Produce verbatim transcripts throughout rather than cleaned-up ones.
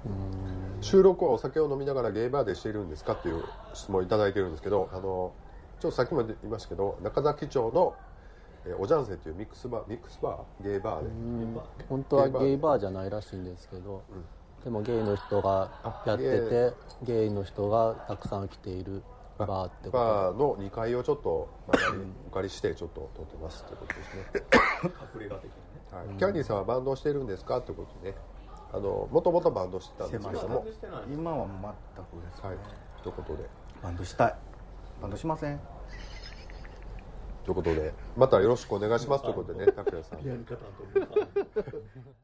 収録はお酒を飲みながらゲイバーでしているんですかっていう質問をいただいてるんですけど、あのちょっとさっきも言いましたけど、中崎町のえおじゃんせっていうミックスバーミックスバーゲイバーで、 本当はゲイバーじゃないらしいんですけど、うん、でもゲイの人がやっててゲイの人がたくさん来ているバーってこと、 バーのにかいをちょっとお借りしてちょっと撮ってますってことですね隠れ家的にね、 はい、キャンディーさんはバンドをしてるんですかってことでね、あのもともとバンドしてたんですけども、 今は全くですね、 はい、ということでバンドしたい、バンドしませんということで、またよろしくお願いしますということでね、拓也さん。 やり方というか。This is a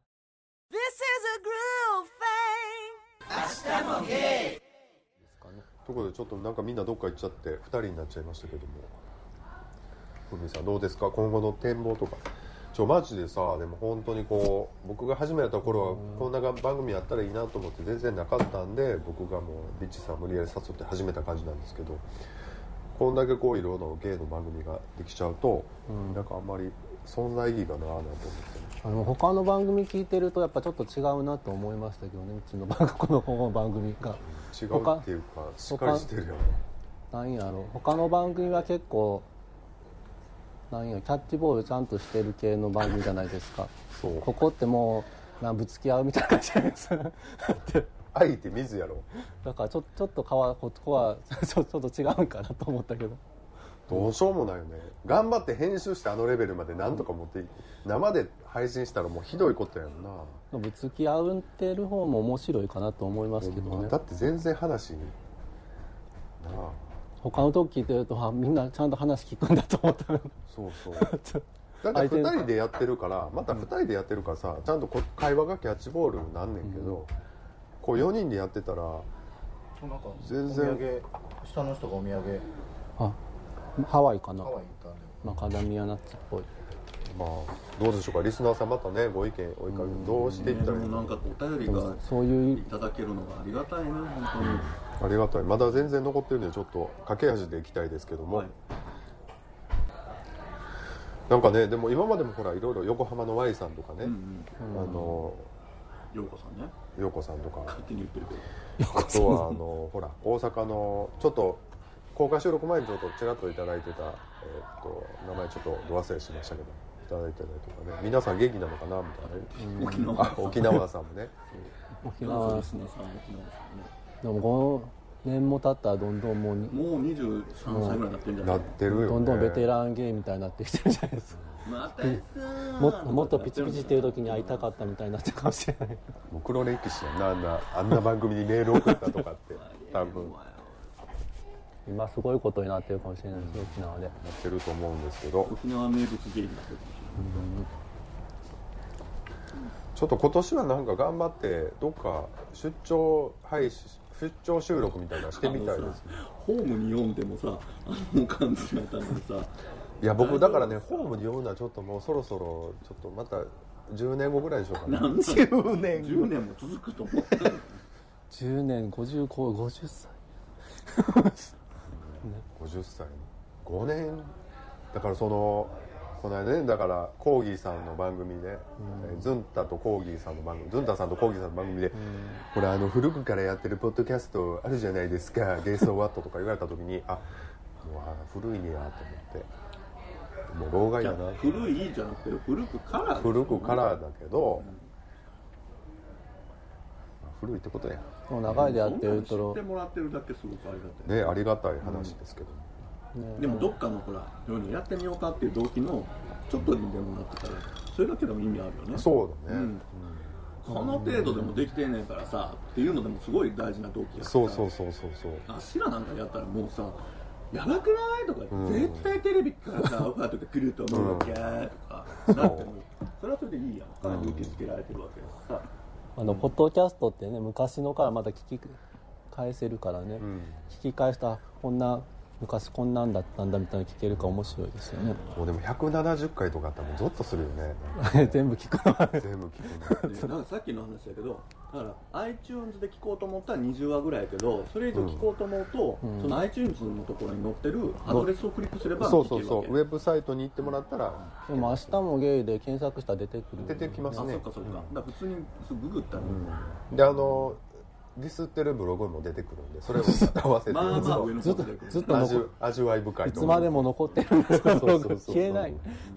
groove thing。明日もゲイ。 ということで、ちょっとなんかみんなどっか行っちゃってふたりになっちゃいましたけども、ふみさんどうですか、今後の展望とか。ちょマジでさ、でも本当にこう僕が始めた頃はこんな番組やったらいいなと思って全然なかったんで、僕がもうビッチさん無理やり誘って始めた感じなんですけど。こんだけこういろいろなゲイの番組ができちゃうと、うん、なんかあんまり存在意義がなぁなと思って、ね、 あの他の番組聞いてるとやっぱちょっと違うなと思いましたけどね、うちの番この方の番組が違うっていうかしっかりしてるよね。 なんやろ、他の番組は結構なんやキャッチボールちゃんとしてる系の番組じゃないですか。そうここってもうなぶつき合うみたいな感じです愛って水やろ。 だからちょ、ちょっと川ここはちょっと違うんかなと思ったけど、 どうしようもないよね。頑張って編集してあのレベルまでなんとか持ってい生で配信したらもうひどいことやんな。 ぶつき合ってる方も面白いかなと思いますけどね。 だって全然話なあ、 他の時聞いてるとみんなちゃんと話聞くんだと思ったらそうそうだってふたりでやってるからまたふたりでやってるからさ、ちゃんとこ会話がキャッチボールになんねんけど、うん、こうよにんでやってたら全然お土産下の人がお土産あハワイかな、 ハワイ行ったんでマカダミアナッツっぽい。 まあどうでしょうか、リスナーさんまたねご意見おいかげどうしていったらいいの。 なんかお便りがそういういただけるのがありがたいね、本当に、 ありがたい。まだ全然残ってるんでちょっと駆け足でいきたいですけども、はい、なんかねでも今までもほらいろいろ横浜の Y さんとかね、うんうん、あの陽子さんね、 陽子さんとか勝手に言ってるけど、 あとはあのほら大阪のちょっと公開収録前にちょっとちらっといただいてた、えー、っと名前ちょっとど忘れしましたけどいただいてたりとかね、皆さん元気なのかなみたいな、ね、 沖縄あ沖縄さんもね沖縄リスナーさんも沖縄さんね。でもごねんも経ったらどんどんもうもうにじゅうさんさいぐらいになってるんじゃない、 なってるよね。 どんどんベテランゲイみたいになってきてるじゃないですか。 またも, もっとピチピチしてる時に会いたかったみたいになってるかもしれない。 もう黒歴史やな、あんなあんな番組にメール送ったとかって多分今すごいことになってるかもしれないです、うん、沖縄でなってると思うんですけど、 沖縄名物ゲイになってるかもしれない、うん、 ちょっと今年はなんか頑張ってどっか出張配信出張収録みたいなのしてみたいですね。 ホームに読んでもさあの感じだったのにさ、 いや僕だからねホームに読むのはちょっともうそろそろちょっとまたじゅうねんごぐらいでしょうかね。 なんじゅうねんじゅうねんも続くと思ってじゅうねんごじゅうこごじゅっさいごじゅっさいごねんだからそのこの間ねだからコーギーさんの番組で、うん、ズンタとコーギーさんの番組ズンタさんとコーギーさんの番組で、うん、これあの古くからやってるポッドキャストあるじゃないですかゲイソーワットとか言われた時にあもう古いねやと思ってもう老害だな。 古いじゃなくて古くから、ね、 古くからだけど、うん、古いってことや。 もう長いでやってると知ってもらってるだけすごくありがたいね、ありがたい話ですけど、 うんね、でもどっかのほらそういうのやってみようかっていう動機のちょっとにでもなってたらそれだけでも意味あるよね。 そうだね、うんうん、この程度でもできてんねんからさっていうのでもすごい大事な動機やから。 そうそうそうそうそう。 あっしらなんかやったらもうさやばくないとか、うん、絶対テレビからさオファーとか来ると思うわけ、うん、とかだってもうそれはそれでいいやんか、うん、勇気づけられてるわけだしさ、 あのポッドキャストってね昔のからまた聞き返せるからね、うん、聞き返したこんな昔こんなんだったんだみたいな聞けるから面白いですよね。 もうでもひゃくななじゅっかいとかあったらもうゾッとするよね全部聞くのはね全部聞くのなんかさっきの話だけどだから iTunes で聞こうと思ったらにじゅうわぐらいやけどそれ以上聞こうと思うと、うん、その iTunes のところに載ってるアドレスをクリックすれば聞けるわけ。 そうそうそうウェブサイトに行ってもらったら、 でも明日もゲイで検索したら出てくる出てきますね。 あそっかそっか、うん、だから普通にググったら、 うん、であのディスってるブログも出てくるんで、それを合わせてまあまあ上のずっと方でずっと味残味わい深いいと思う。 つまでも残ってるんですけど消えない。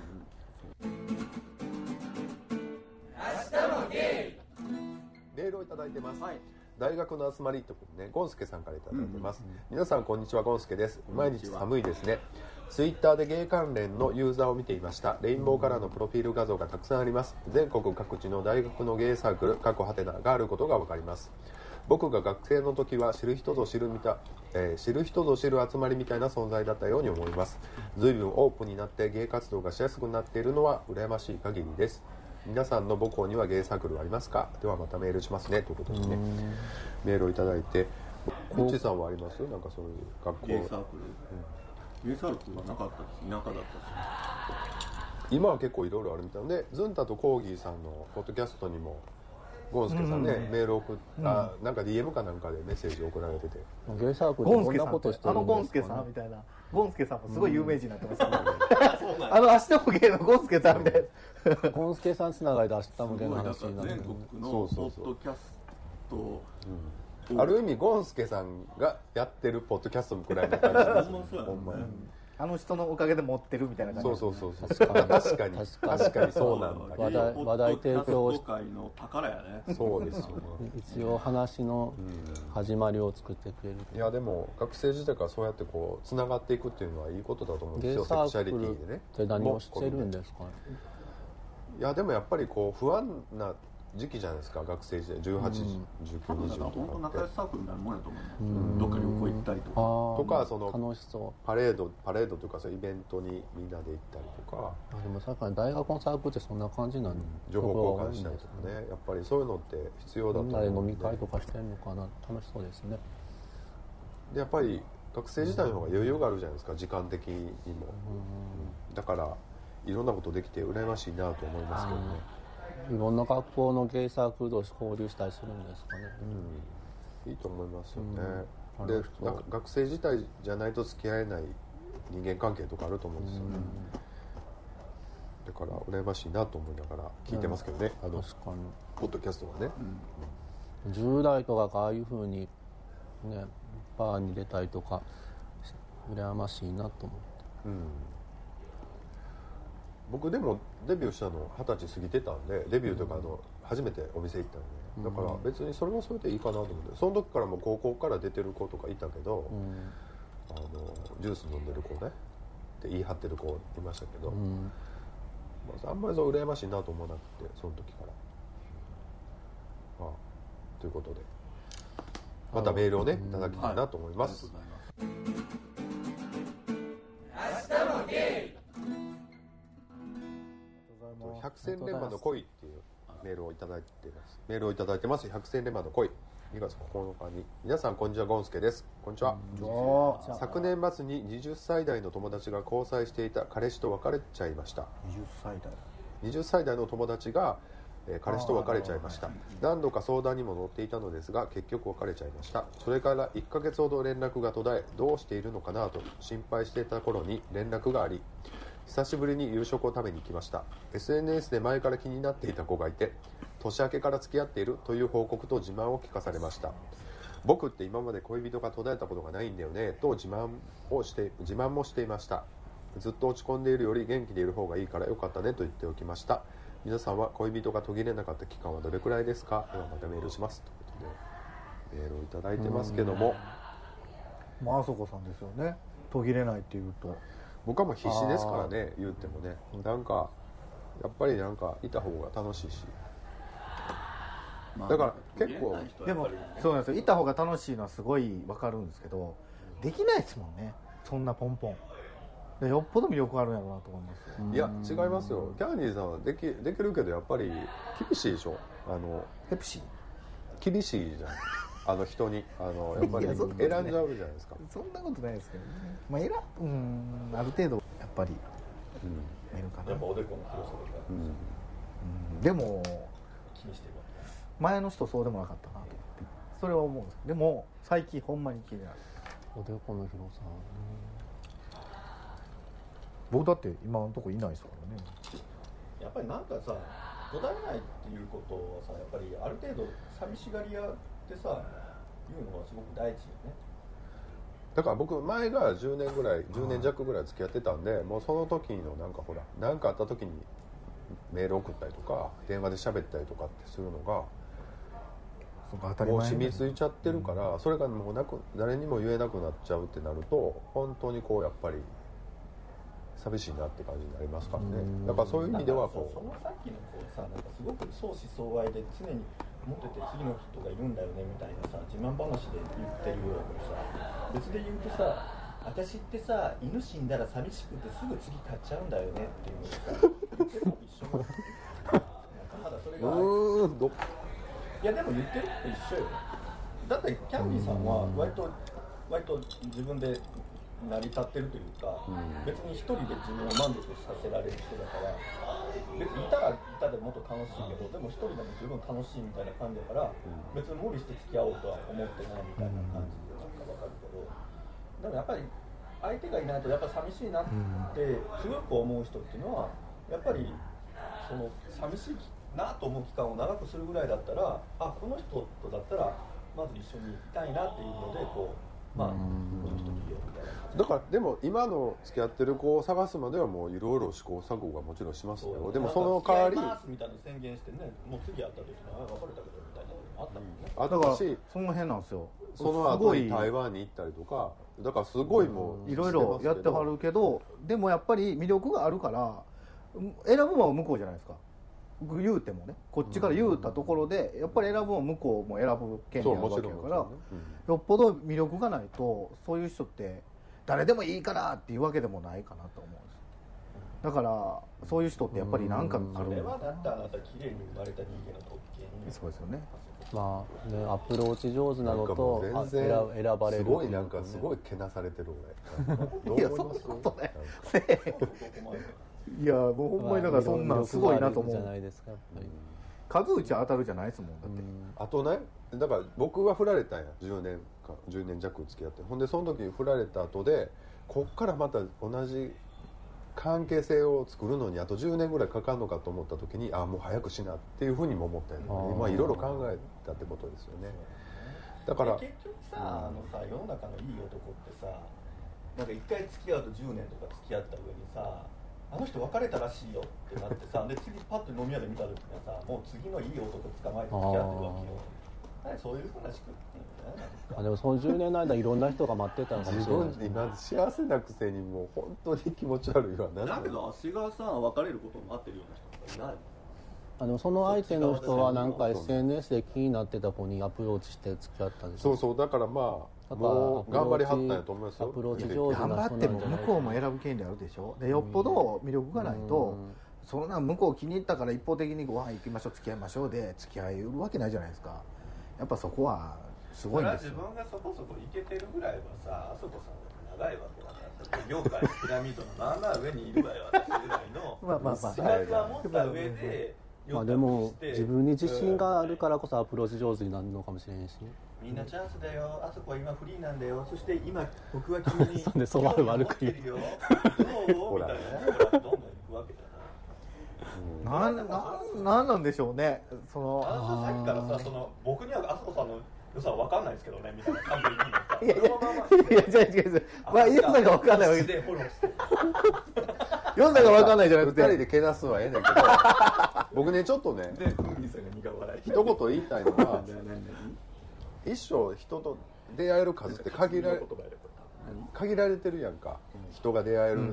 メールをいただいてます、 はい、 大学の集まりというね、ゴンスケさんからいただいてます、うんうん、皆さんこんにちは、ゴンスケです。毎日寒いですね。ツイッターでゲイ関連のユーザーを見ていました。レインボーカラーのプロフィール画像がたくさんあります。全国各地の大学のゲイサークル過去ハテナがあることが分かります。僕が学生の時は知る人ぞ知るみた、えー、知る人ぞ知る集まりみたいな存在だったように思います。随分オープンになってゲイ活動がしやすくなっているのは羨ましい限りです。皆さんの母校にはゲイサークルはありますか？ではまたメールしますね、ということでね、メールをいただいて、みっちさんはあります？なんかそういう学校ゲイサークル、うん、ゲイサークルはなかったです。田舎だったし、 今は結構いろいろあるみたいなので、ズンタとコーギーさんのポッドキャストにもゴンスケさんね、うんうん、メール送っ、うん、あなんか ディーエム かなんかでメッセージ送られてて、 ゲイサークルってこんなことしてるんですか、ね、 あのゴンスケさんみたいな、ゴンスケさんもすごい有名人になってますけど、うん、あの明日もゲイのゴンスケさんみたいな、 ゴンスケさんつながりで明日もゲイの話になってる。 全国のポッドキャスト、 うん、ある意味ゴンスケさんがやってるポッドキャストもくらいの感じですよほんまに、うん、 あの人のおかげで持ってるみたいな感じ、 そうそうそうそう確かに確かに確かにそうなんだ。 話題話題提供を界の宝やね。 そうですよね。 一応話の始まりを作ってくれる。 いやでも学生時代からそうやってこうつながっていくっていうのはいいことだと思うんですよ。セクシャリティでね。 って何をしてるんですか？ いやでもやっぱりこう不安な時期じゃないですか、学生時代じゅうはち、じゅうきゅう、にじゅうとかって本当仲良しサークルになるもんやと思います、うん、どっか旅行行ったりとかとか、その楽しそうパレードパレードとかそういうイベントにみんなで行ったりとか。 あでもさっき大学のサークルってそんな感じなんで、 うん、情報交換したりとかね、やっぱりそういうのって必要だと思うので、 みんなで飲み会とかしてるのかな、楽しそうですね。 でやっぱり学生時代の方が余裕があるじゃないですか、時間的にも、うん、だからいろんなことできて羨ましいなと思いますけどね。 いろんな学校のゲイサークル同士交流したりするんですかね。 うん、いいと思いますよね、うん、でなんか学生時代じゃないと付き合えない人間関係とかあると思うんですよね、うん、だから羨ましいなと思いながら聞いてますけどね、うん、あの確かにポッドキャストはね、 うん、じゅう代とかがああいうふうにねバーに出たりとか羨ましいなと思って、 うん僕でもデビューしたのはたち過ぎてたんで、デビューとかの初めてお店行ったんで、だから別にそれはそれでいいかなと思って、その時からも高校から出てる子とかいたけど、うん、あのジュース飲んでる子ねって言い張ってる子いましたけど、うん、まあ、あんまりそう羨ましいなと思わなくて、その時から、まあ、ということでまたメールをねいただきたいなと思います。百戦錬磨の恋っていうメールをいただいてますメールをいただいてます百戦錬磨の恋、にがつここのかに、皆さんこんにちは、ゴンスケです。こんにちは。昨年末にはたち代の友達が交際していた彼氏と別れちゃいました。はたち代はたち代の友達が、えー、彼氏と別れちゃいました。何度か相談にも乗っていたのですが結局別れちゃいました。それからいっかげつほど連絡が途絶え、どうしているのかなと心配していた頃に連絡があり、久しぶりに夕食を食べに行きました。 エスエヌエス で前から気になっていた子がいて、年明けから付き合っているという報告と自慢を聞かされました。僕って今まで恋人が途絶えたことがないんだよねと自慢をして自慢もしていました。ずっと落ち込んでいるより元気でいる方がいいからよかったねと言っておきました。皆さんは恋人が途切れなかった期間はどれくらいですか？ではまたメールしますということでメールをいただいてますけども、 まああそこさんですよね、途切れないっていうと。 僕はもう必死ですからね、言ってもね、なんかやっぱりなんかいた方が楽しいし、だから結構でもそうなんですよ、いた方が楽しいのはすごい分かるんですけど、できないですもんね、そんなポンポン。よっぽど魅力あるんやろうなと思います。 いや違いますよ、キャンディーさんはできできるけどやっぱり厳しいでしょ。あのヘプシー厳しいじゃんあの人にあのやっぱり選んじゃうじゃないですか。 そんなことないですけどね、まあ、選うんある程度やっぱり見るかな、 やっぱおでこの広さとか、 うんうん、でも気にしてる前の人そうでもなかったなと思って、それは思うんです。でも最近ほんまに気になるおでこの広さ、 僕だって今のとこいないですからね。 やっぱりなんかさ途絶えないっていうことはさ、やっぱりある程度寂しがり屋ってさいうのはすごく大事よね。 だから僕前がじゅうねんぐらいじゅうねん弱ぐらい付き合ってたんで、もうその時のなんかほら何かあった時にメール送ったりとか電話で喋ったりとかってするのがもう染みついちゃってるから、それがもうなく誰にも言えなくなっちゃうってなると本当にこうやっぱり寂しいなって感じになりますからね。だからそういう意味ではこうそのさっきのこうさなんかすごく相思相愛で常に持ってて次の人がいるんだよねみたいなさ自慢話で言ってるようにさ、別で言うとさ私ってさ犬死んだら寂しくてすぐ次買っちゃうんだよねっていうのがさ言ってるのと一緒なんかまだそれがうーんどいやでも言ってること一緒よ。だってキャンディーさんは割と割と自分で成り立ってるというか、うん、別に一人で自分を満足させられる人だから別にいたらいたでもっと楽しいけど、でも一人でも十分楽しいみたいな感じだから、うん、別に無理して付き合おうとは思ってないみたいな感じでなんかわかるけど、でもやっぱり相手がいないとやっぱ寂しいなってすごく思う人っていうのはやっぱりその寂しいなと思う期間を長くするぐらいだったら、あこの人とだったらまず一緒にいたいなっていうのでこうまあこの人にいようみたいな感じだからでも今の付き合ってる子を探すまではもういろいろ試行錯誤がもちろんしますよ。でもその代わり付き合いますみたいな宣言してね、もう次会った時にあ別れたけどみたいなのもあったもんね。 あだからしその辺なんですよ。 その後に台湾に行ったりとか、だからすごいもういろいろやってはるけど、でもやっぱり魅力があるから選ぶのは向こうじゃないですか。言うてもね、こっちから言うたところでやっぱり選ぶのは向こうも選ぶ権利あるわけだから、よっぽど魅力がないとそういう人って誰でもいいからっていうわけでもないかなと思うんです。だからそういう人ってやっぱり何かある。 それはだってあなた綺麗に生まれた人間の特権に。 そうですよね。 まあね、アプローチ上手なのと全然選ばれるすごいなんかすごいけなされてる俺。 いやそんなことない。いやもうほんまにだからそんなんすごいなと思う。 じゃないですかやっぱり。 数打ち当たるじゃないですもんだって。 あとね、だから僕は振られたんやじゅうねんかじゅうねん弱付き合って、ほんでその時振られた後でこっからまた同じ関係性を作るのにあとじゅうねんぐらいかかるのかと思った時に、あもう早くしなっていうふうにも思ったよね。まあいろいろ考えたってことですよね。だから結局さ、あのさ世の中のいい男ってさ、なんか一回付き合うとじゅうねんとか付き合った上にさ、あの人別れたらしいよってなってさ、で次パッと飲み屋で見た時にはさ、もう次のいい男捕まえて付き合ってるわけよ。そういうふうな仕組みってね。 あでもそのじゅうねんの間いろんな人が待ってたのかもしれないですね。 今幸せなくせにもう本当に気持ち悪いわ。 だけど足がさ別れることを待ってるような人とかいないもん。 あのその相手の人はなんか エスエヌエス で気になってた子にアプローチして付き合ったんです。 そうそうだからまあもう頑張りはったんやと思いますよ。 アプローチ上手な人なんじゃない。 頑張っても向こうも選ぶ権利あるでしょ。でよっぽど魅力がないと、そんな向こう気に入ったから一方的にご飯行きましょう付き合いましょうで付き合えるわけないじゃないですか。やっぱそこはすごいんですよ。 自分がそこそこいけてるぐらいはさ、あそこさん長いわけだからさ、業界のピラミッドのまあまあ上にいるわよ私ぐらいのまあまあまあ資格は持った上で。 まあでも自分に自信があるからこそアプローチ上手になるのかもしれないし、 みんなチャンスだよ、あそこは今フリーなんだよ、そして今僕は君にそんでそば悪く言うよどうみたいなどんどん行くわけじゃない。 なんなんなんなんでしょうね。そのあのささっきからさ、その僕にはあそこさんの良さは分かんないですけどねみたいな感じで言うのか。いやいやいやいや違う違う。まあ良さが分かんないわけで。良さが分かんないじゃなくて。 二人でけなすのはええねんけど、僕ねちょっとね、 でふみさんが苦笑い。 一言言いたいのは、一生人と出会える数って限られ限られてるやんか。人が出会えるのって。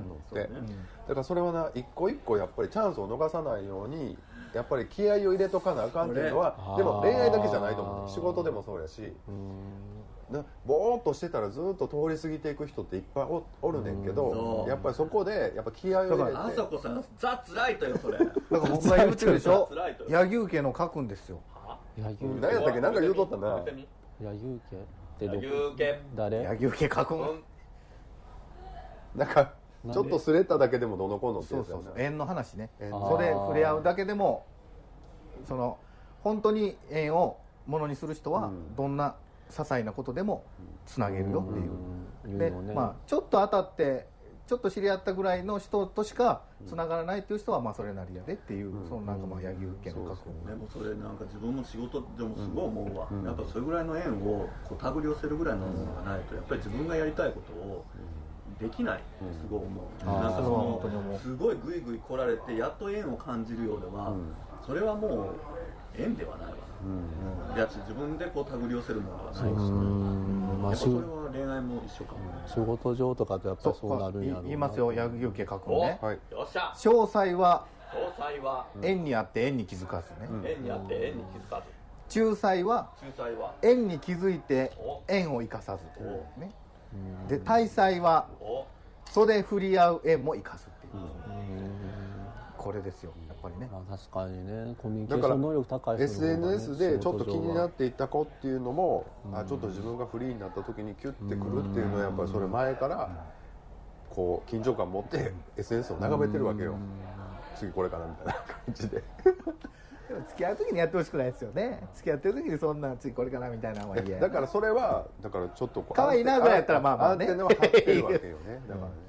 だからそれはな一個一個やっぱりチャンスを逃さないように。やっぱり気合を入れとかなあかんっていうのはでも恋愛だけじゃないと思う。仕事でもそうやし、なぼーっとしてたらずっと通り過ぎていく人っていっぱい お, おるねんけど、やっぱりそこでやっぱ気合を入れて。 あそこさんザ・ツライトよそれ。 だから僕が言うてるでしょ。柳生家の書くんですよ。 柳生何やったっけなんか言うとったな。 柳生家って柳生家誰？ 柳生家書くん。 なんかちょっとすれただけでもどの子のってやつやな。 縁の話ね。それ触れ合うだけでもその本当に縁をものにする人はどんな些細なことでもつなげるよっていう。でまあちょっと当たってちょっと知り合ったぐらいの人としかつながらないっていう人はまあそれなりやでっていう、うん、そのなんかまあ柳生家の覚悟でもそれなんか自分の仕事でもすごい思うわ、うん、やっぱそれぐらいの縁をこう手繰り寄せるぐらいのものがないとやっぱり自分がやりたいことをできないってすごい思う、うん、なんかそのすごいグイグイ来られてやっと縁を感じるようでは、うん、それはもう縁ではないわ、うん、やつ自分でこう手繰り寄せるものがないし、うんまあ、それは恋愛も一緒かも、 うん、仕事上とかとやっぱそうなるんやろうな。 言いますよ柳生家覚悟ね、 はい、よっしゃ詳細は詳細は縁にあって縁に気づかずね、 うん、縁にあって縁に気づかず仲裁は縁に気づいて縁を生かさず、ね、で大祭は袖振り合う縁も生かすっていう、うん、これですよやっぱりね。 まあ、確かにねコミュニケーション能力高い人の方が、ね、 エスエヌエス でちょっと気になっていった子っていうのも、うん、あちょっと自分がフリーになった時にキュッてくるっていうのはやっぱりそれ前からこう緊張感持って エスエヌエス を眺めてるわけよ。次これかなみたいな感じででも付き合う時にやってほしくないですよね。付き合ってる時にそんな次これかなみたいなのは嫌だからそれはだからちょっと可愛いなぐらいやったらまあまあねアンテナは張ってるわけよねだからね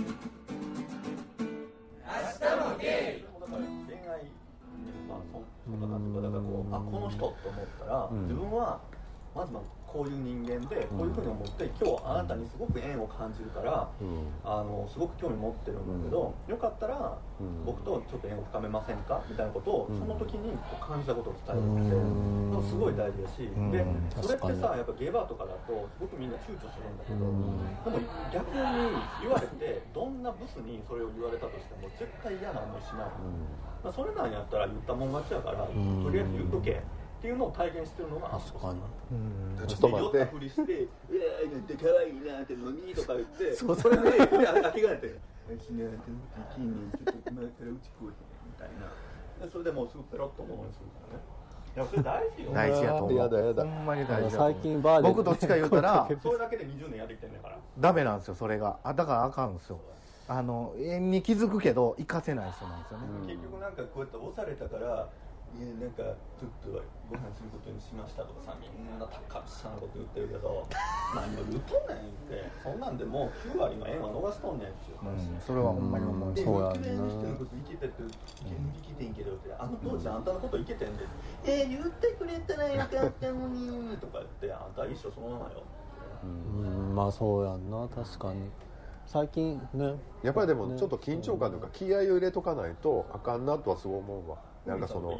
明日もゲイだから恋愛まあそんな感じかだからこうあこの人と思ったら、うん、自分はまずまあこういう人間でこういうふうに思って今日あなたにすごく縁を感じるから、うん、あのすごく興味持ってるんだけど、うん、よかったら、うん、僕とちょっと縁を深めませんかみたいなことを、うん、その時にこう感じたことを伝えるって、うん、すごい大事だし、うん、でそれってさやっぱゲイバーとかだとすごくみんな躊躇するんだけど、うん、でも逆に言われてどんなブスにそれを言われたとしても絶対嫌な思いしない、うんまあ、それなんやったら言ったもん勝ちやから、うん、とりあえず言っとけっていうのを体験してるのが確かに、 うん、ちょっと待って酔ったふりして「いやーなんて可愛いな」って飲みとか言ってそうそれで諦めて「死ねってキーネンちょっと今からうち食うへん」みたいなそれでもうすぐペロッと思うようにするからね。いやそれ大事よ。 大事やと思う。 やだやだほんまに大事やと最近バーで僕どっちか言うたらそれだけでにじゅうねんやってきてんねんからダメなんですよそれが。あだからあかんですよ。あの縁に気づくけど活かせない人なんですよね、 うん、結局なんかこうやって押されたからいやなんかちょっとご飯することにしましたとかさみんな高飛車なこと言ってるけど何を言うとんねんってそんなんでもうきゅうわりの縁は逃しとんねんっていう話、 うん、それはほんまに思う。 でそうやんな人のこと生きてて生きてんけどってあの当時あんたのこと生きてんで、うん、えー、言ってくれたらよかったのにとか言ってあんた一生そのままようん、うん、まあそうやんな確かに最近ねやっぱりでもちょっと緊張感というか気合を入れとかないとあかんなとはすごい思うわ。なんかその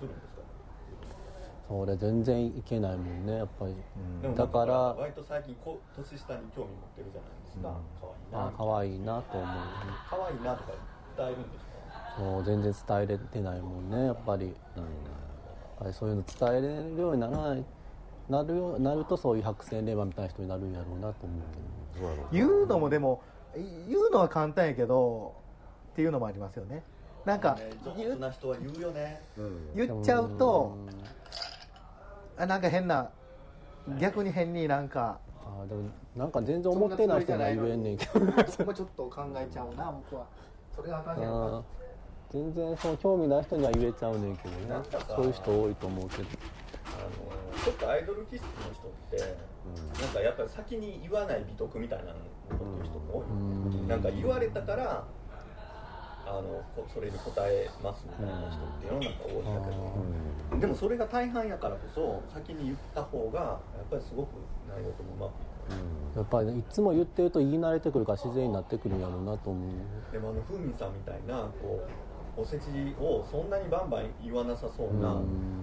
それ全然いけないもんねやっぱり、 うん、だから割と最近こ年下に興味持ってるじゃないですか、 うん、可愛いな可愛いなと思う。 可愛いなとか伝えるんですか。 そう全然伝えれてないもんねやっぱり、うん、やっぱりそういうの伝えれるようにならないなるよなるとそういう百戦錬磨みたいな人になるんやろうなと思うけど、 うん、言うのもでも言うのは簡単やけどっていうのもありますよね。なんか上手な人は言うよね、 うん、言っちゃうとあなんか変な逆に変になんかあでもなんか全然思ってない人が言えんねんけど僕もちょっと考えちゃうな僕はそれがあかんねんな。 全然その興味ない人には言えちゃうねんけどねそういう人多いと思うけどあのちょっとアイドル気質の人って、うん、なんかやっぱり先に言わない美徳みたいなのを持ってる人も多い、うん、なんか言われたからあのそれに応えますみたいな人って世の中多いんだけど、うん、でもそれが大半やからこそ先に言った方がやっぱりすごく内容ともうまくいく、 うん、やっぱり、ね、いつも言ってると言い慣れてくるから自然になってくるんやろうなと思う。 でもあのふみんさんみたいなこうおせちをそんなにバンバン言わなさそうな、うん、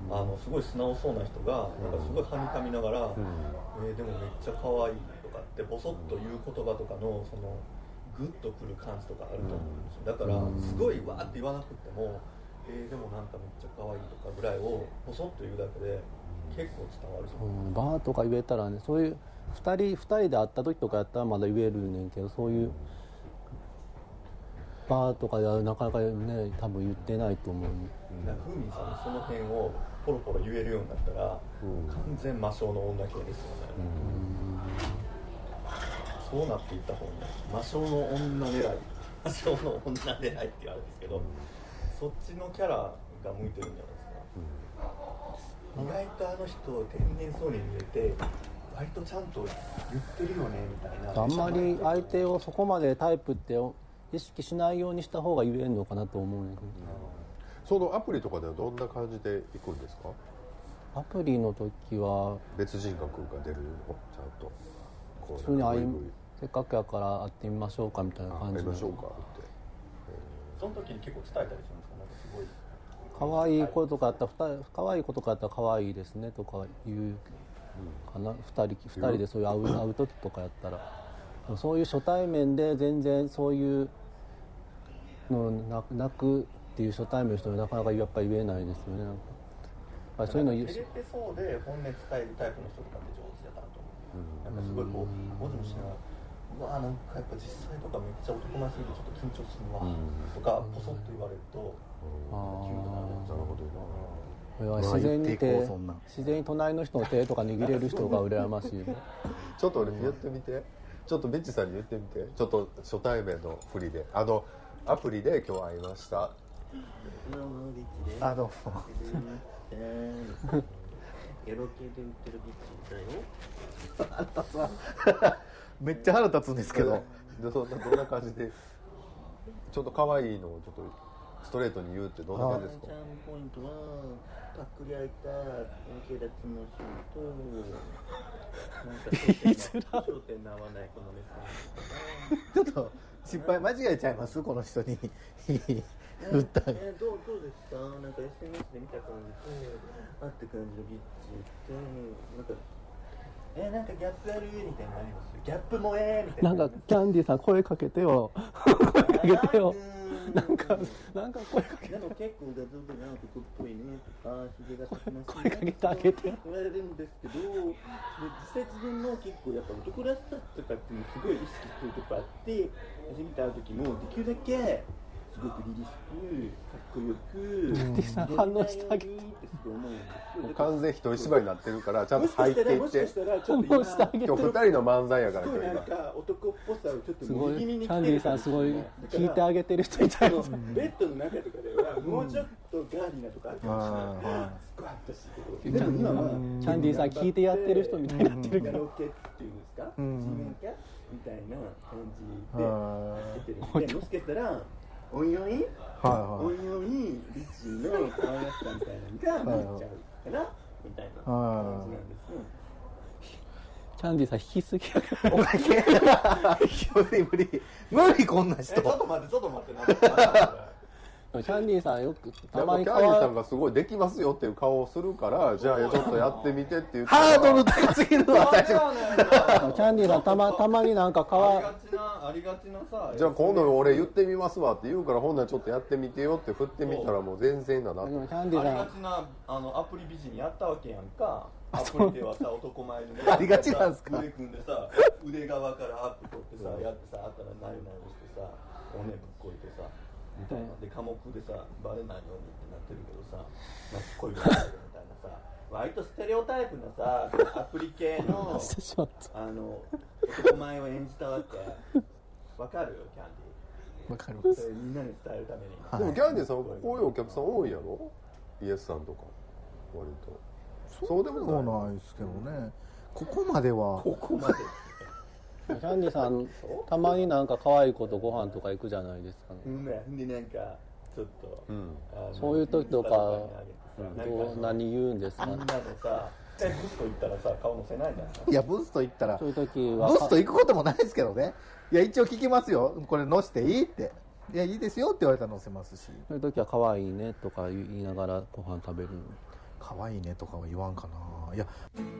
あのすごい素直そうな人がなんかすごいはにかみながら、うんえー、でもめっちゃ可愛いとかってボソッと言う言葉とかのそのグッとくる感じとかあると思うんですよ。だからすごいわーって言わなくても、えー、でもなんかめっちゃ可愛いとかぐらいをポソッと言うだけで結構伝わるじゃん、 うん、バーとか言えたらねそういうふたりふたりで会った時とかやったらまだ言えるねんけどそういうバーとかではなかなかね多分言ってないと思う。 だからふみんさんのその辺をポロポロ言えるようになったら、うん、完全魔性の女系ですよね、うんそうなっていった方が魔性の女狙い魔性の女狙いって言われるんですけど、うん、そっちのキャラが向いてるんじゃないですか、うん、意外とあの人を天然そうに見えて割とちゃんと言ってるよねみたいな。 あんまり相手をそこまでタイプって意識しないようにした方が言えるのかなと思うんだけど、うん、 そのアプリとかではどんな感じでいくんですか？ アプリの時は別人格が出るのちゃんとこう普通に会いせっかくやから会ってみましょうかみたいな感じで、 会いましょうかって、 その時に結構伝えたりするんですか？なんかすごい可愛い子とかあったら可愛い子とかあったら可愛いですねとか言うかな、うん、ふたりふたりでそういう会う会う時とかやったら、そういう初対面で全然そういうのななくっていう初対面の人になかなかやっぱり言えないですよね。なんかやっぱりそういうの言う照れてそうで本音伝えるタイプの人とかって上手だなと思う、うん、なんかすごいこうもじもしながらうわーなんかやっぱ実際とかめっちゃ男前すぎてちょっと緊張するわ、うん、とかポソッと言われると、うん、キュートなる。なるほどな。 自然に手自然に隣の人の手とか握れる人が羨ましいちょっと俺言ってみて、ちょっとベッチさんに言ってみて、ちょっと初対面の振りで、あのアプリで今日会いました。 あどうもエロ系で売ってるビッチだよ。 腹立つわめっちゃ腹立つんですけどでそんなどんな感じでちょっと可愛いのをちょっとストレートに言うってどんな感じですか？ チャームポイントはパックリ開いた円形脱毛シート、なんか焦点の合わないこのメッセージちょっと失敗間違えちゃいますこの人に打ったり、 えー、どうどうですか？なんか エスエヌエス で見た感じであって感じのビッチってなんかえー、なんかギャップあるみたいなのあります？ギャップ萌えみたいな。 なんかキャンディーさん声かけてよ声かけてよなんかなんか声かけてでも結構画像でなんか男っぽいねとかひげが立ちますね声かけてあげて言われるんですけど、で実際自分も結構やっぱ男らしさとかっていうのすごい意識するとこあって、初めて会う時もできるだけすごく凛々しくかっこよく反応してあげてってすごい思うんですよ。 完全一人芝居になってるからちゃんと入っていってもしかしたらちょっと反応してあげて今日ふたりの漫才やからすごいなんか男っぽさをちょっとすごい右耳にキャンディーさんすごい聞いてあげてる人いたいですベッドの中とかではもうちょっとガーリーなとかあるかもしれない、スクワットしてでも今はキャンディーさん聞いてやってる人みたいになってるからロケっていうんですか、地面キャみたいな感じで出てるんで、もしかしたらおいおい、おいおいリッチーの可愛らしさみたいなのが見えちゃうかなみたいな感じなんですよ。 キャンディーさん引きすぎやからおかげ無理無理無理こんな人。 ちょっと待ってちょっと待ってなキャンディーさんよくたたまにまにキャンディーさんがすごいできますよっていう顔をするからじゃあちょっとやってみてって言ってハードル高すぎるわ最初。 キャンディーさんたまたまになんかあ顔りがちなありがちなさ、 じゃあ今度俺言ってみますわって言うからほんならちょっとやってみてよって振ってみたらもう全然だなと。 でもキャンディありーさんがちなあのアプリ美人やったわけやんか。アプリではさ男前にねありがちなんすか腕組んでさ腕側からアップ取ってさ、やってさあったらなるなるしてさおねぶっこいてさみたいなで科目でさバレないようにってなってるけどさなんか恋がないみたいなさ割とステレオタイプのさアプリ系のしてしまったあの男前を演じたわけわかるよキャンディーわかりますそれみんなに伝えるために。 でもキャンディーさんこういうお客さん多いやろ、イエスさんとか割とそうでもないないですけどね、ここまではここまでキャンディーさんたまになんか可愛い子とご飯とか行くじゃないですか、ね、 うんね、でなんかちょっと、 うん、 そういう時とかどう何言うんですか、 みんなでさブスト行ったらさ顔乗せないじゃん。 いやブスト行ったらそういう時はブスト行くこともないですけどね。いや一応聞きますよ、これ乗していいって、いやいいですよって言われたら乗せますし、 そういう時は可愛いねとか言いながらご飯食べるの。 可愛いねとかは言わんかな。いや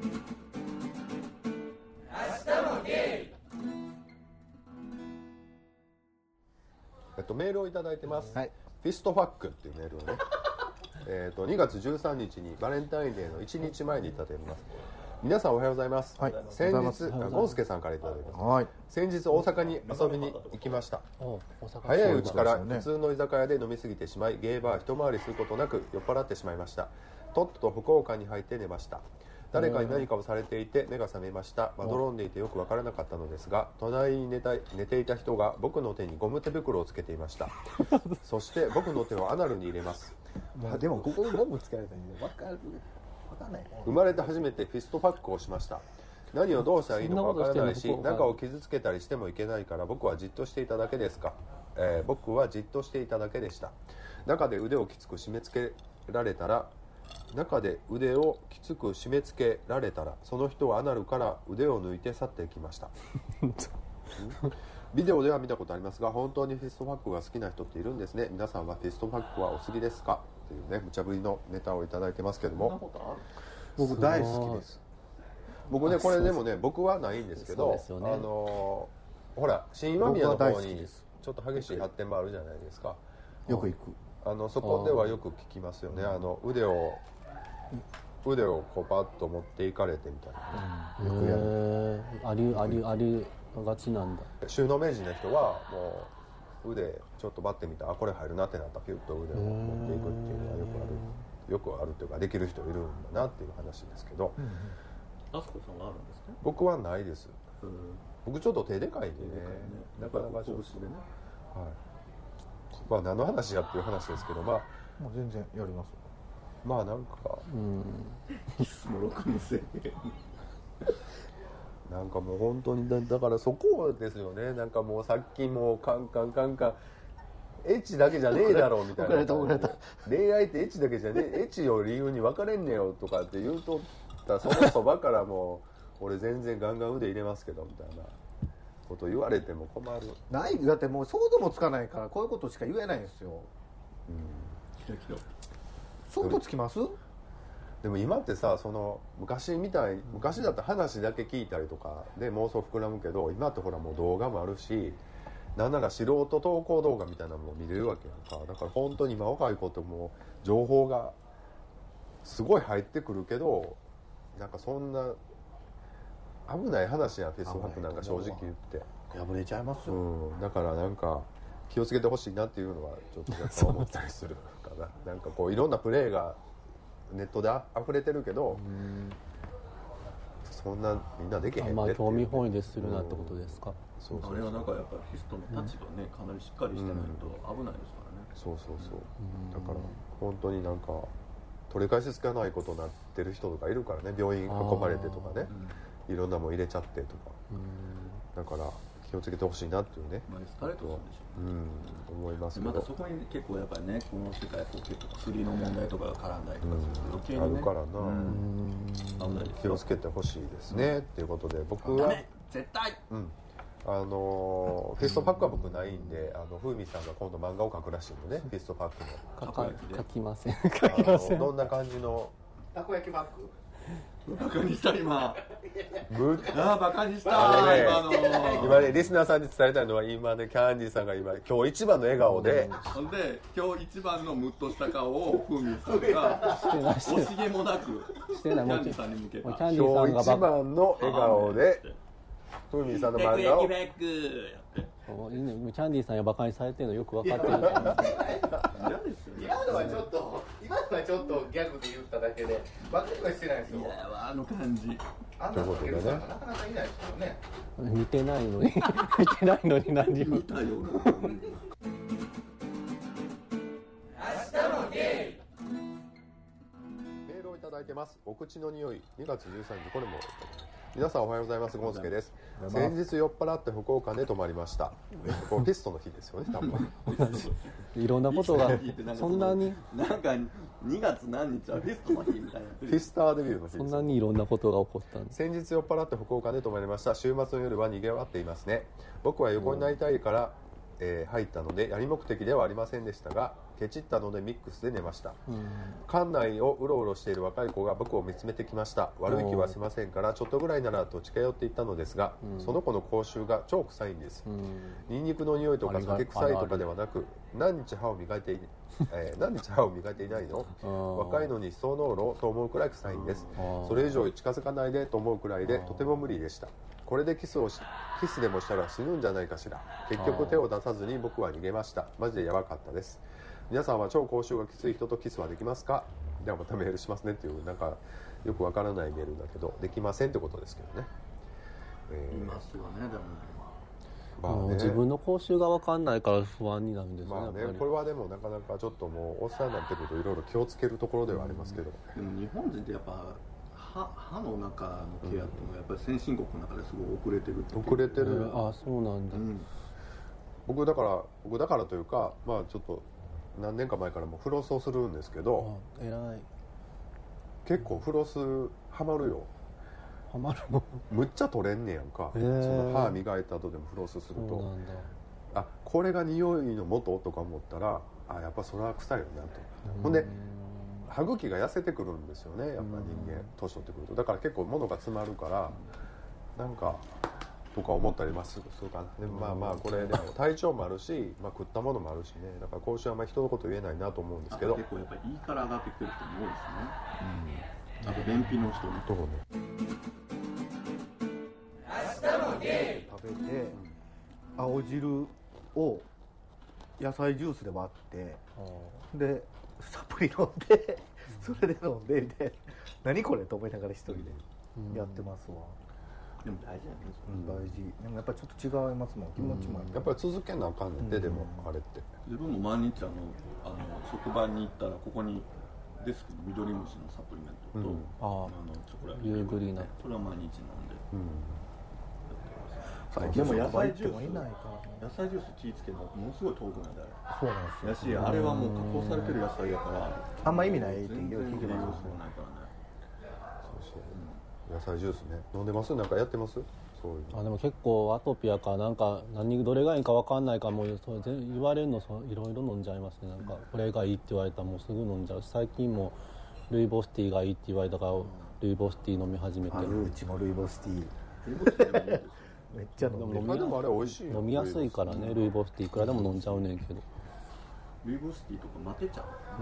えっと、メールをいただいてます、 はい、 フィストファックっていうメールをねえとにがつじゅうさんにちにバレンタインデーのいちにちまえにいただいてます。皆さんおはようございます、はい、先日ゴンスケさんからいただいてます、はい、先日大阪に遊びに行きました。早いうちから普通の居酒屋で飲み過ぎてしまいゲーバー一回りすることなく酔っ払ってしまいました。とっとと福岡に入って寝ました。誰かに何かをされていて目が覚めました。まどろんでいてよくわからなかったのですが、隣に寝た寝ていた人が僕の手にゴム手袋をつけていましたそして僕の手をアナルに入れます。 まあでもここにゴムつけられたんで分かる分かんないね。 生まれて初めてフィストファックをしました。 何をどうしたらいいのかわからないしそんなことしてんの中を傷つけたりしてもいけないから僕はじっとしていただけですか、えー、僕はじっとしていただけでした。中で腕をきつく締め付けられたら中で腕をきつく締め付けられたらその人はアナルから腕を抜いて去っていきましたビデオでは見たことありますが本当にフィストファックが好きな人っているんですね。皆さんはフィストファックはお好きですかというね無茶ぶりのネタをいただいてますけども、 僕大好きです。 僕ねこれでもね僕はないんですけど、 そうですよね、 あのほら新今宮の方にちょっと激しい発展もあるじゃないですか。 よく行く。 あのそこではよく聞きますよね。あの腕を腕をこうパッと持っていかれてみたいな、 よくやる。ありありありがちなんだ。 収納名人の人はもう腕ちょっとバッて見たらあこれ入るなってなったらピュッと腕を持っていくっていうのはよくあるよくあるっていうかできる人いるんだなっていう話ですけど、 あそこさんがあるんですか？ 僕はないです。僕ちょっと手でかいんでね、なかなかちょっと、 拳でね、 はい、まあ何の話やっていう話ですけど、まあもう全然やります。 まあなんかうんもろく無せなんかもう本当に だ, だからそこですよね。なんかもうさっきもうカンカンカンカンエッチだけじゃねえだろうみたいな、恋愛ってエッチだけじゃねえエッチを理由に別れんねよとかって言うとったそのそばからもう俺全然ガンガン腕入れますけどみたいなこと言われても困る。 ないだってもう想像もつかないからこういうことしか言えないんですよ。 キラキラ想像つきます？ でも今ってさその昔みたい昔だったら話だけ聞いたりとかで妄想膨らむけど今ってほらもう動画もあるしなんなら素人投稿動画みたいなのも見れるわけやんか。だから本当に今若い子ってもう情報がすごい入ってくるけどなんかそんな危ない話やんフェイスブックなんか正直言って破れちゃいますよ、 うん、だからなんか気をつけてほしいなっていうのはちょっとやっぱ思ったりするかななんかこういろんなプレーがネットであ溢れてるけどそんなみんなできへんねっていう、 まあ興味本位でするなってことですか。 そうそうそうあれはなんかやっぱりフィストの立場ね、かなりしっかりしてないと危ないですからね。 そうそうそうだから本当になんか取り返しつかないことになってる人とかいるからね。病院運ばれてとかねいろんなもん入れちゃってとかだから気をつけてほしいなっていうね、 まあエスカレートするんでしょうね。 うん、思いますけどまたそこに結構やっぱりねこの世界こう結構薬の問題とかが絡んだりとかすると余計にね、 あるからな、 危ないです気よ。 をつけてほしいですね、っていうことで僕はダメ絶対うんあのフィストパックは僕ないんで、あのふうみさんが今度漫画を描くらしいのねフィストパックの書か書きません。書あきません。 のどんな感じのたこ焼きバッグバカにした今グああバカにしたあのね今の今ねリスナーさんに伝えたいのは今ねキャンディーさんが今今日一番の笑顔でほんで今日一番のムッとした顔をふうみんさんがしてないしてない惜しげもなくしてないキャンディーさんに向けたもうキャンディーさんが今日一番の笑顔でふうみんさんの漫画をベックやってもういいねもうキャンディーさんやバカにされてるのよく分かってる。 嫌ですよね今のはちょっと今のはちょっとギャグで言っただけでバカにはしてないですよ。 いやあの感じあんなのかける人なんかなかなかいないですよね。 見てないのに見てないのに何を見たよメールをいただいてます。お口の匂いにがつじゅうさんにちこれも皆さんおはようございます。ゴンスケです。先日酔っ払って福岡で泊まりました。こうテストの日ですよね多分いろんなことがそんなになんかにがつ何日はフィストの日みたいなフィスターデビューの日ですそんなにいろんなことが起こったんです。 先日酔っ払って福岡で泊まりました。週末の夜は賑わっていますね。僕は横になりたいから、えー入ったのでやり目的ではありませんでしたがケチったのでミックスで寝ました。館内をうろうろしている若い子が僕を見つめてきました。悪い気はしませんからちょっとぐらいならと近寄っていったのですが、その子の口臭が超臭いんです。ニンニクの匂いとか酒臭いとかではなく何日歯を磨いてい、えー何日歯を磨いていないの若いのにそうノーロと思うくらい臭いんです。それ以上近づかないでと思うくらいでとても無理でした。これでキスをしキスでもしたら死ぬんじゃないかしら。結局手を出さずに僕は逃げました。マジでやばかったです。皆さんは超口臭がきつい人とキスはできますか？ではまたメールしますねっていうなんかよくわからないメールだけどできませんってことですけどね。えーいますよねでもまあねもう自分の口臭が分かんないから不安になるんですね。 まあねやっぱりこれはでもなかなかちょっともうおっさんになってくるといろいろ気をつけるところではありますけど、 でも日本人ってやっぱ歯歯の中のケアっていうのはやっぱり先進国の中ですごい遅れてるって遅れてる、 えー、あそうなんだ、うん、 僕だから僕だからというかまあちょっと何年か前からもフロスをするんですけど、 えらい結構フロスハマるよ。 ハマるのむっちゃ取れんねやんか、その歯磨いた後でもフロスするとそうなんだ、あこれが匂いの元とか思ったらあやっぱそれは臭いよなと。ほんで歯茎が痩せてくるんですよねやっぱ人間年取ってくると。だから結構物が詰まるからなんかとか思ったりまするかな。でまあまあこれでも体調もあるし、まあ、食ったものもあるしね。だから今週はあんまり人のこと言えないなと思うんですけど結構やっぱり胃から上がってきてる人も多いですね、うん、あと便秘の人もどうね食べて青汁を野菜ジュースで割ってでサプリ飲んでそれで飲んでみたいな何これと思いながら一人でやってますわ。 でも大事なんですよ、 うん、大事。でもやっぱりちょっと違いますもん気持ちも、 うん、やっぱり続けなあかんねんで、うん、でもあれって自分も毎日あのあの職場に行ったらここにデスクに緑虫のサプリメントと、うん、 ああのチョコレートユーグリーナこれは毎日飲んで、うん最近も野菜ジュースいない野菜ジュース気ぃつけるのものすごい糖分なんだよ。 そうなんですよ。やしあれはもう加工されてる野菜やからあんま意味ないっていう聞きますそうないからね。 そうそう、うん、野菜ジュースね飲んでますなんかやってますそういうの。 あでも結構アトピアかなんか何どれがいいか分かんないかもうそれ言われるのそいろいろ飲んじゃいますね。なんかこれがいいって言われたらもうすぐ飲んじゃう。最近もルイボスティーがいいって言われたからルイボスティー飲み始めてる。 うちもルイボスティールイボスティーでもいいですよめっちゃ飲みでもあれ美味しいよ飲みやすいからねルイボスティーいくらでも飲んじゃうねんけどルイボスティーとかマテ茶、うん、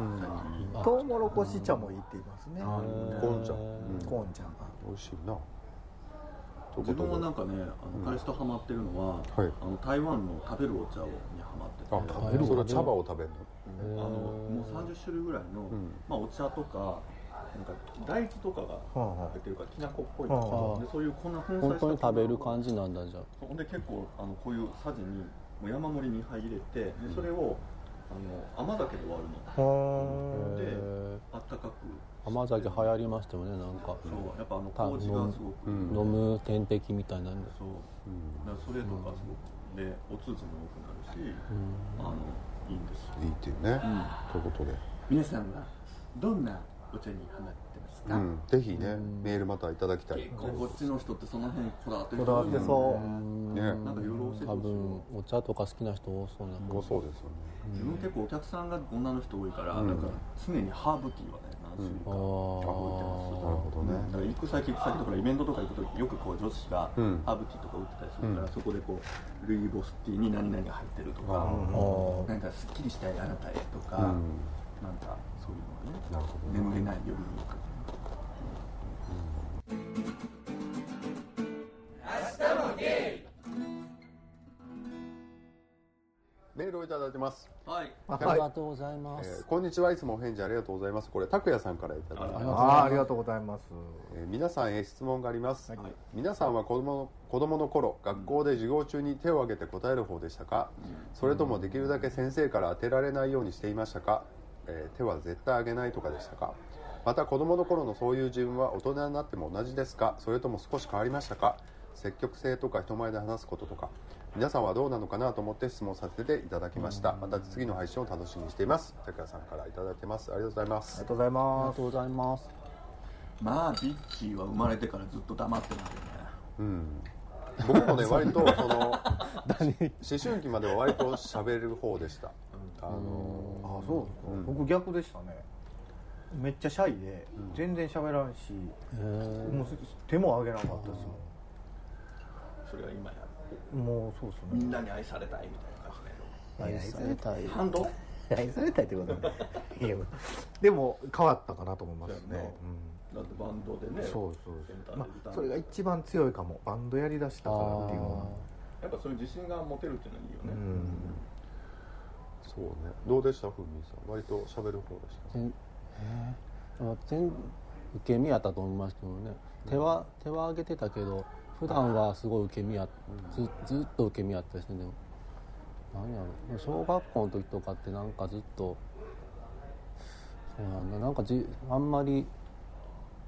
トウモロコシ茶もいいって言いますね。 コーン茶、うん、 コーン茶美味しいな。 自分はなんかねあの彼氏とハマってるのは、うんはい、あの台湾の食べるお茶をにハマっててあ食べるそれ茶葉を食べるの、うん、あのもうさんじゅっしゅるいぐらいの、うんまあ、お茶とかなんか大豆とかが入ってるからきな粉っぽいんですけど、でそういう粉粉砕した本当に食べる感じなんだじゃあ。 ほんで結構あのこういうさじにもう山盛りに入れてでそれをあの甘酒で割るのであったかく甘酒流行りましたよねなんか。 そうやっぱあの麹がすごく飲む点滴みたいなんでそう、うん、だからそれとかすごくでお通じも良くなるし、うん、あのいいんですいいっていうね、うん、ということで皆さんはどんなお茶にハマってますか、 うん、ぜひね、うん、メールまたいただきたい。 結構こっちの人ってその辺こだわってるこだわってそうね。なんかいろいろ教えてほしい。 多分お茶とか好きな人多そうな多そうですよね。 自分結構お客さんが女の人多いから、うん、なんか常にハーブティーはね何種類か置いてます、 なるほどね。 だから行く先行く先とかイベントとか行くとよくこう女子がハーブティーとか売ってたりするから、うん、そこでこうルイボスティーに何々が入ってるとか、うん、なんかすっきりしたいあなたへとか、うん、なんかそういうのがね、なるほどね、眠れない夜によく、うん、明日もゲイメールをいただいてます。 はい。 ありがとうございます。 えー、こんにちは。いつもお返事ありがとうございます。これ拓也さんからいただいてます。 あありがとうございます。 えー、皆さんへ質問があります。はい、皆さんは子供の子供の頃、学校で授業中に手を挙げて答える方でしたか？うん、それともできるだけ先生から当てられないようにしていましたか？えー、手は絶対挙げないとかでしたか？また子供の頃のそういう自分は大人になっても同じですか？それとも少し変わりましたか？積極性とか人前で話すこととか皆さんはどうなのかなと思って質問させていただきました。また次の配信を楽しみにしています。拓也さんからいただいてます。ありがとうございます。 ありがとうございます。 ありがとうございます。 まあビッチーは生まれてからずっと黙ってますよね。 うん。僕もね割とその思春期までは割と喋る方でした。 あのあそうですか、うん、僕逆でしたね。めっちゃシャイで、うん、全然喋らんし、もう手も挙げなかったですもん。 それが今やもうそうですね。 みんなに愛されたいみたいな感じで愛されたいハンド愛されたいってことはでも変わったかなと思いますね、 うん、だってバンドでねそうそうそう、まあ、それが一番強いかも。バンドやりだしたからっていうのはやっぱそういう自信が持てるっていうのはいいよね、うん、 そうね。どうでしたふみさん？割と喋る方でした全然受け身やったと思いますけどね。手は手は挙げてたけど普段はすごい受け身や、うん、ず, ずっと受け身やったですね。でも何やろ小学校の時とかってなんかずっとそうなんだなんかじあんまり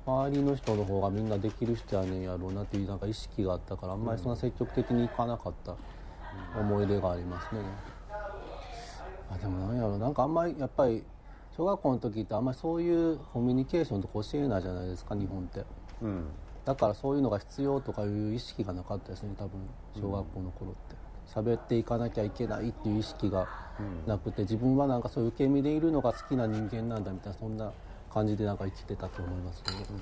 周りの人の方がみんなできる人やねんやろうなっていうなんか意識があったからあんまりそんな積極的にいかなかった思い出がありますね。あでもなんやろうなんかあんまりやっぱり小学校の時ってあんまりそういうコミュニケーションとか教えないじゃないですか日本って、うん、だからそういうのが必要とかいう意識がなかったですね多分小学校の頃って喋っていかなきゃいけないっていう意識がなくて自分はなんかそういう受け身でいるのが好きな人間なんだみたいなそんな感じでなんか生きてたと思いますよね、うん、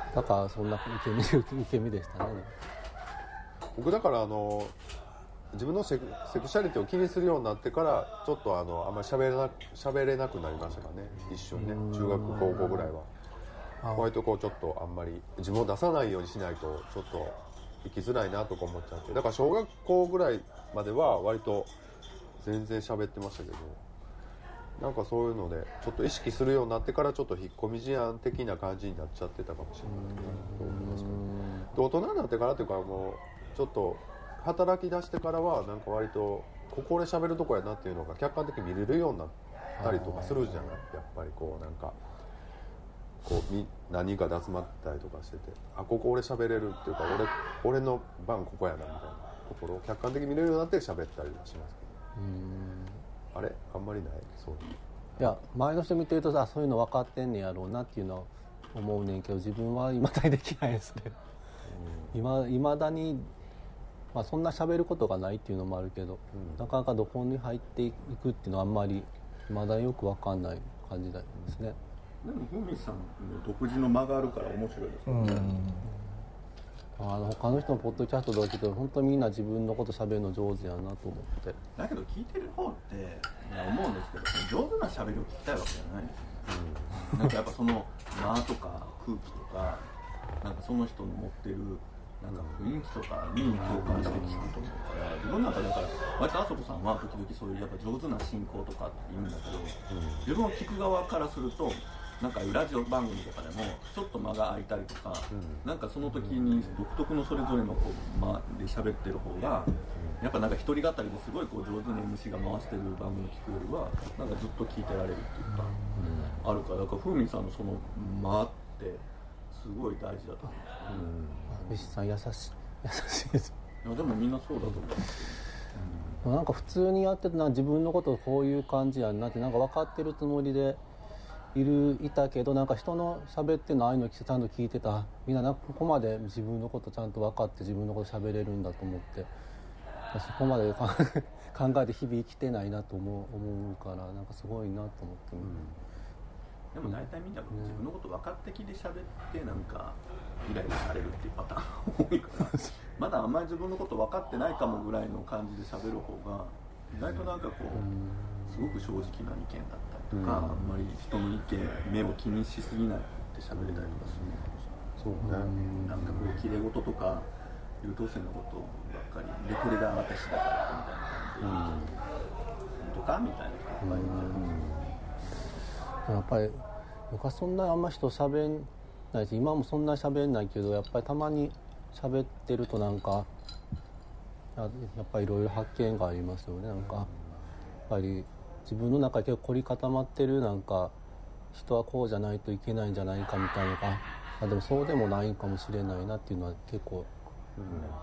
だからそんな受け身受け身でしたね。 僕だからあの自分のセク、セクシャリティを気にするようになってからちょっとあのあんまり喋れな、喋れなくなりましたかね一瞬ね中学高校ぐらいは割とこうちょっとあんまり自分を出さないようにしないとちょっと生きづらいなとか思っちゃってだから小学校ぐらいまでは割と全然喋ってましたけどなんかそういうのでちょっと意識するようになってからちょっと引っ込み思案的な感じになっちゃってたかもしれないと思いますけど大人になってからというかもうちょっと働き出してからはなんか割とここで喋るとこやなっていうのが客観的に見れるようになったりとかするじゃないやっぱりこうなんかこう何人かで集まったりとかしててあここ俺喋れるっていうか俺、俺の番ここやなみたいなところを客観的に見れるようになって喋ったりはしますけど、うんあれあんまりないそういういや前の人見てるとさそういうの分かってんねやろうなっていうのは思うねんけど自分はいまだにできないですねいまだに、まあ、そんな喋ることがないっていうのもあるけど、うん、なかなかどこに入っていくっていうのはあんまりまだよく分かんない感じですね。 でもふみさんの独自の間があるから面白いですよね、 うん、あの他の人のポッドキャストとか聞いて本当にみんな自分のこと喋るの上手やなと思ってだけど聞いてる方っていや思うんですけど上手な喋りを聞きたいわけじゃないんですよ、うん、なんかやっぱその間とか空気とかなんかその人の持ってるなんか雰囲気とかに共感して聞くと思うから自分の中だから割とあそこさんは時々そういうやっぱ上手な進行とかって言うんだけど、うん、自分を聞く側からするとなんかラジオ番組とかでもちょっと間が空いたりとか、うん、なんかその時に独特のそれぞれのこう間で喋ってる方がやっぱなんか一人語りですごいこう上手な エムシー が回してる番組を聞くよりはなんかずっと聞いてられるっていうか、うん、あるからだからふみさんのその間ってすごい大事だと思うんですよ、うん、さん優しい優しいですいやでもみんなそうだと思う、 うん、なんか普通にやっててな自分のことこういう感じやんなってなんか分かってるつもりでいるいたけどなんか人の喋ってるのああいうのちゃんと聞いてたみんななんかここまで自分のことちゃんと分かって自分のこと喋れるんだと思ってそこまで考えて日々生きてないなと思う、思うからなんかすごいなと思って、 うん、でも大体みんな自分のこと分かってきて喋ってなんかイライラされるっていうパターン多いからまだあんまり自分のこと分かってないかもぐらいの感じで喋る方が意外となんかこうすごく正直な意見だったりとか、うん、あんまり人の意見目を気にしすぎないって喋れたりとかするのかもしれない。そうね、なんかこう綺麗事とか優等生のことばっかりでこれが私だからみたいな感じで、うん、とかみたいな人がいるじゃないですか、 うん、やっぱり昔そんなあんま人喋んないし今もそんな喋んないけどやっぱりたまに喋ってるとなんかやっぱりいろいろ発見がありますよね。なんかやっぱり自分の中で結構凝り固まってるなんか人はこうじゃないといけないんじゃないかみたいなのがあでもそうでもないかもしれないなっていうのは結構、うん、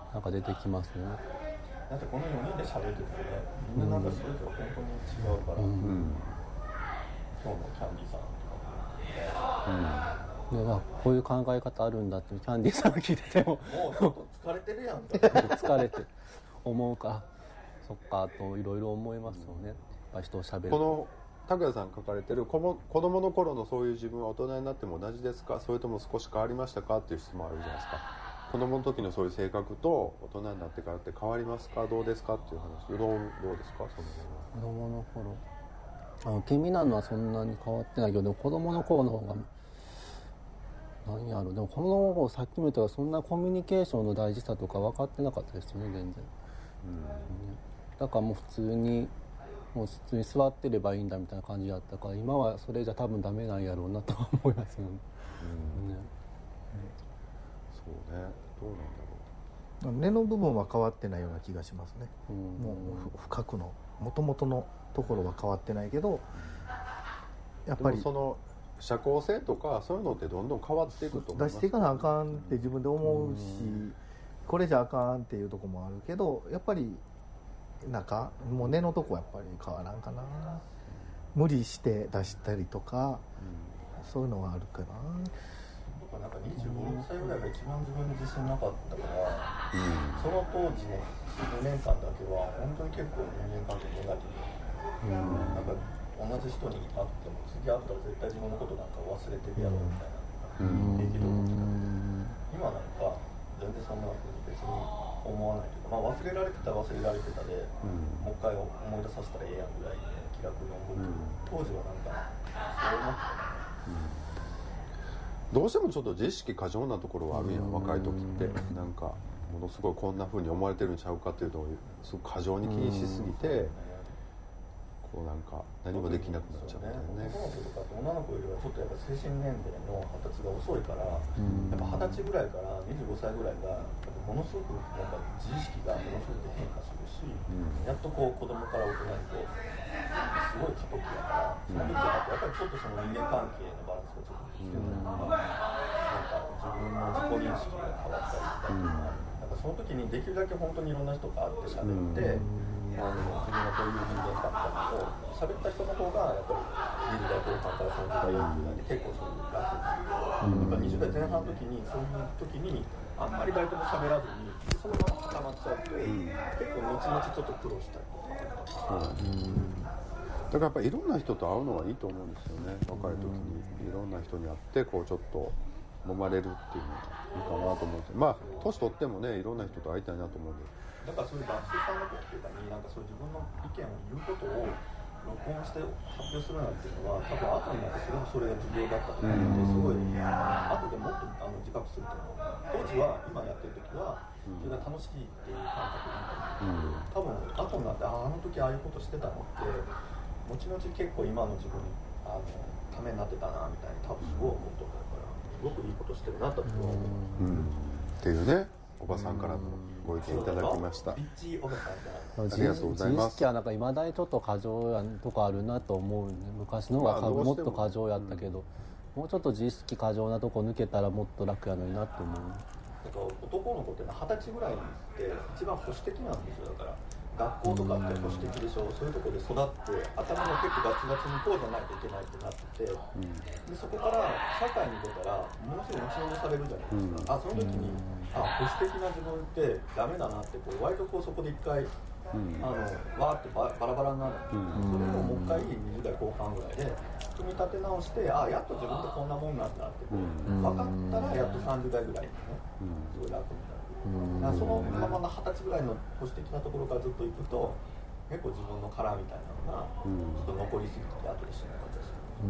なんか出てきますね。 だってこのよにんで喋っててねみんななんかそれぞれ本当に違うから、うんうん、今日のキャンディーさんとかも、 うんでまあ、こういう考え方あるんだってキャンディーさんが聞いててももうちょっと疲れてるやん疲れて思うかそっかといろいろ思いますよね、うん、やっぱ人をしゃべるこの拓也さん書かれてる子も子供の頃のそういう自分は大人になっても同じですかそれとも少し変わりましたかっていう質問あるじゃないですか。子供の時のそういう性格と大人になってからって変わりますかどうですかっていう話どう、どうですかその子供の頃あの気味なのはそんなに変わってないけどでも子供の頃の方が何やろでもこの頃さっきも言ったけどそんなコミュニケーションの大事さとか分かってなかったですよね全然、うん、だからもう普通にもう普通に座ってればいいんだみたいな感じだったから今はそれじゃ多分ダメなんやろうなとは思いますよね、うんね、 そうねどうなんだろう根の部分は変わってないような気がしますね、うん、もう深くの元々のところは変わってないけどやっぱりその社交性とかそういうのってどんどん変わっていくと思います。 出していかなあかんって自分で思うし、これじゃあかんっていうとこもあるけど、やっぱりなんかもう根のとこはやっぱり変わらんかな。無理して出したりとか、うん、そういうのはあるかな。 なんかにじゅうごさいぐらいが一番自分に自信なかったから、うん、その当時のごねんかんだけは本当に結構人間関係ネガティブ、うん、なんか同じ人に会っても次会ったら絶対自分のことなんか忘れてるやろみたいな、うん、平気で思ってたけど、今なんか全然そんなふうに別に思わないというか、まあ、忘れられてたら忘れられてたで、うん、もう一回思い出させたらええやんぐらいで気楽に思うけど、うん、当時はなんかそう思ってた、うんどうしてもちょっと自意識過剰なところはあるやん、若い時ってなんかものすごいこんな風に思われてるんちゃうかっていうのをすごく過剰に気にしすぎて、こうなんか何もできなくなっちゃうんだよね。 男の子とかって女の子よりはちょっとやっぱ精神年齢の発達が遅いから、やっぱ二十歳ぐらいからにじゅうごさいぐらいがものすごくなんか自意識がものすごく変化するし、やっとこう子供から大人にこうすごい過渡期だから、その時はやっぱりちょっとその人間関係のバランスがちょっと必要なのかな、なんか自分の自己認識が変わったりとか、なんかその時にできるだけ本当にいろんな人と会って喋って、あの自分がこういう人間関係を喋った人の方がやっぱりにじゅう代後半からさんじゅう代よんじゅう代で結構そういう楽に、やっぱにじゅう代前半の時にそういう時にあんまり誰とも喋らずにそのまま固まっちゃうと、うん、結構後々ちょっと苦労したりとか、うん、 だからやっぱりいろんな人と会うのがいいと思うんですよね。若い時にいろんな人に会ってこうちょっと揉まれるっていうのがいいかなと思って、まあ年取ってもねいろんな人と会いたいなと思うんで、 だからそういう学生さんの時とかになんかそういう自分の意見を言うことを録音して発表するなんていうのは多分後になってそれもそれが重要だったと思うので、すごい後でもっとあの自覚すると思う。当時は今やってる時はそれが楽しいっていう感覚でいいと思う、うん、多分後になってああの時ああいうことしてたのって後々結構今の自分あのためになってたなみたいに多分すごい思うと思うから、すごくいいことしてるなと思う、うん、 っていうねおばさんからのご意見いただきました。 ビッチおばさんからありがとうございます。 自意識はなんか未だにちょっと過剰やとかあるなと思うね。昔の方がもっと過剰やったけど、うん、もうちょっと自意識過剰なとこ抜けたらもっと楽やのになって思う。 なんか男の子って二十歳ぐらいって一番保守的なんですよ。だから学校とかって保守的でしょ、そういうところで育って頭も結構ガチガチにこうじゃないといけないってなってて、うん、でそこから社会に出たらものすごい打ちのめされるじゃないですか、うん、あその時に、うん、あ保守的な自分ってダメだなってこう割とこうそこで一回、うん、あのわーってバラバラになる、うん、それをもう一回にじゅう代後半ぐらいで組み立て直して、あやっと自分ってこんなもんなんだってこう、うん、分かったらやっとさんじゅう代ぐらいにね、すごい楽になる。そのままの二十歳ぐらいの保守的なところからずっと行くと結構自分の殻みたいなのがちょっと残りすぎて後でしなかったりする、うん、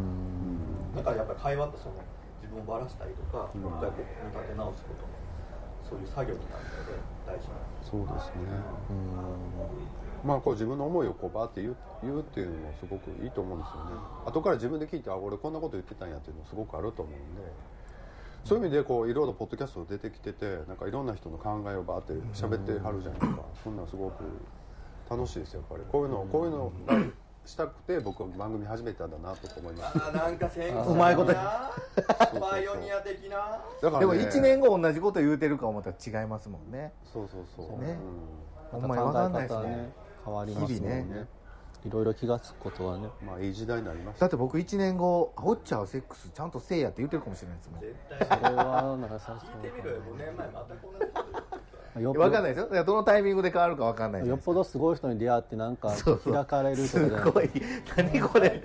だからやっぱり会話ってその自分をばらしたりとか、もう一回こう組み立て直すこともそういう作業になるので大事なんです。 そうですね、うん、まあこう自分の思いをこうバーって言う、言うっていうのもすごくいいと思うんですよね。後から自分で聞いてあ俺こんなこと言ってたんやっていうのもすごくあると思うんで、そういう意味でこういろいろポッドキャスト出てきててなんかいろんな人の考えをバーって喋ってはるじゃないですか。そんなすごく楽しいですよ。やっぱりこういうのこういうのがしたくて僕は番組始めたんだなと思います。 あなんか先うまいことパイオニア的な。 だから、ね、でもいちねんご同じこと言うてるか思ったら違いますもんね。 そうそうそうね、 うん、 ほんまに分かんないですね。 変わりますもんね。ねいろいろ気がつくことはね。 まあいい時代になりました。 だって僕いちねんごホッチャーセックスちゃんとせいやって言ってるかもしれないですもん。 絶対それはなさそう。聞いてみろよ。ごねんまえまたこんなこと言って。分かんないですよ。どのタイミングで変わるか分かんないです。 よっぽどすごい人に出会ってなんか開かれるとかじゃない。 すごい。何これ。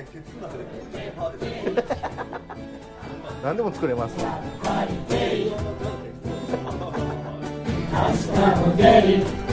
何でも作れます。明日も出る。